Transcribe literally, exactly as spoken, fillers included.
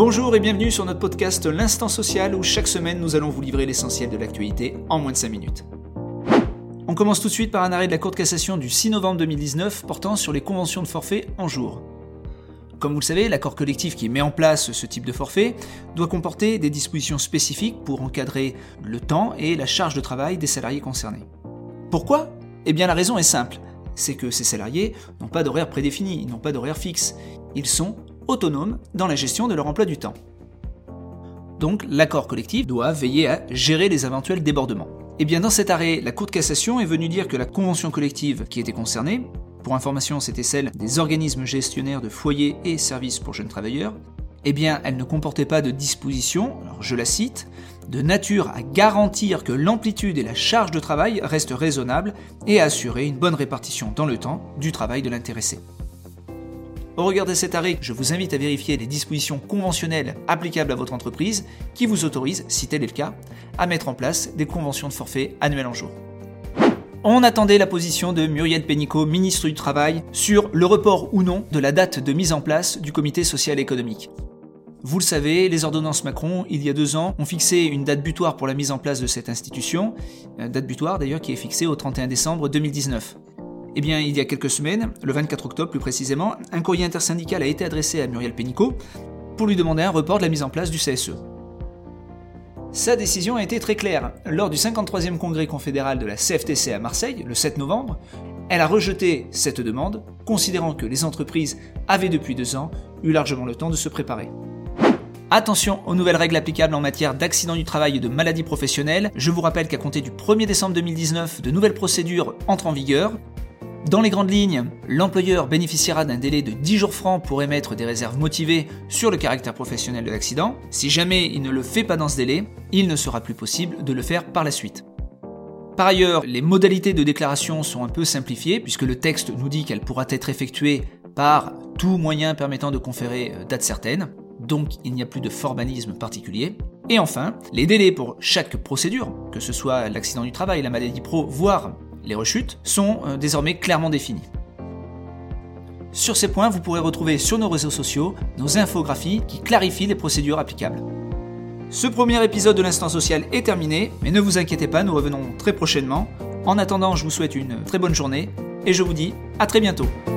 Bonjour et bienvenue sur notre podcast L'Instant Social où chaque semaine nous allons vous livrer l'essentiel de l'actualité en moins de cinq minutes. On commence tout de suite par un arrêt de la Cour de cassation du six novembre deux mille dix-neuf portant sur les conventions de forfait en jours. Comme vous le savez, l'accord collectif qui met en place ce type de forfait doit comporter des dispositions spécifiques pour encadrer le temps et la charge de travail des salariés concernés. Pourquoi ? Eh bien la raison est simple, c'est que ces salariés n'ont pas d'horaire prédéfini, ils n'ont pas d'horaire fixe, ils sont autonomes dans la gestion de leur emploi du temps. Donc l'accord collectif doit veiller à gérer les éventuels débordements. Et bien dans cet arrêt, la Cour de cassation est venue dire que la convention collective qui était concernée, pour information c'était celle des organismes gestionnaires de foyers et services pour jeunes travailleurs, eh bien elle ne comportait pas de dispositions, alors je la cite, de nature à garantir que l'amplitude et la charge de travail restent raisonnables et à assurer une bonne répartition dans le temps du travail de l'intéressé. Au regard de cet arrêt, je vous invite à vérifier les dispositions conventionnelles applicables à votre entreprise qui vous autorisent, si tel est le cas, à mettre en place des conventions de forfait annuelles en jours. On attendait la position de Muriel Pénicaud, ministre du Travail, sur le report ou non de la date de mise en place du comité social et économique. Vous le savez, les ordonnances Macron, il y a deux ans, ont fixé une date butoir pour la mise en place de cette institution, date butoir d'ailleurs qui est fixée au trente et un décembre deux mille dix-neuf. Eh bien, il y a quelques semaines, le vingt-quatre octobre plus précisément, un courrier intersyndical a été adressé à Muriel Pénicaud pour lui demander un report de la mise en place du C S E. Sa décision a été très claire. Lors du cinquante-troisième congrès confédéral de la C F T C à Marseille, le sept novembre, elle a rejeté cette demande, considérant que les entreprises avaient depuis deux ans eu largement le temps de se préparer. Attention aux nouvelles règles applicables en matière d'accidents du travail et de maladies professionnelles. Je vous rappelle qu'à compter du premier décembre deux mille dix-neuf, de nouvelles procédures entrent en vigueur. Dans les grandes lignes, l'employeur bénéficiera d'un délai de dix jours francs pour émettre des réserves motivées sur le caractère professionnel de l'accident. Si jamais il ne le fait pas dans ce délai, il ne sera plus possible de le faire par la suite. Par ailleurs, les modalités de déclaration sont un peu simplifiées puisque le texte nous dit qu'elle pourra être effectuée par tout moyen permettant de conférer date certaine, donc il n'y a plus de formalisme particulier. Et enfin, les délais pour chaque procédure, que ce soit l'accident du travail, la maladie pro, voire les rechutes, sont euh, désormais clairement définies. Sur ces points, vous pourrez retrouver sur nos réseaux sociaux nos infographies qui clarifient les procédures applicables. Ce premier épisode de l'Instant Social est terminé, mais ne vous inquiétez pas, nous revenons très prochainement. En attendant, je vous souhaite une très bonne journée et je vous dis à très bientôt.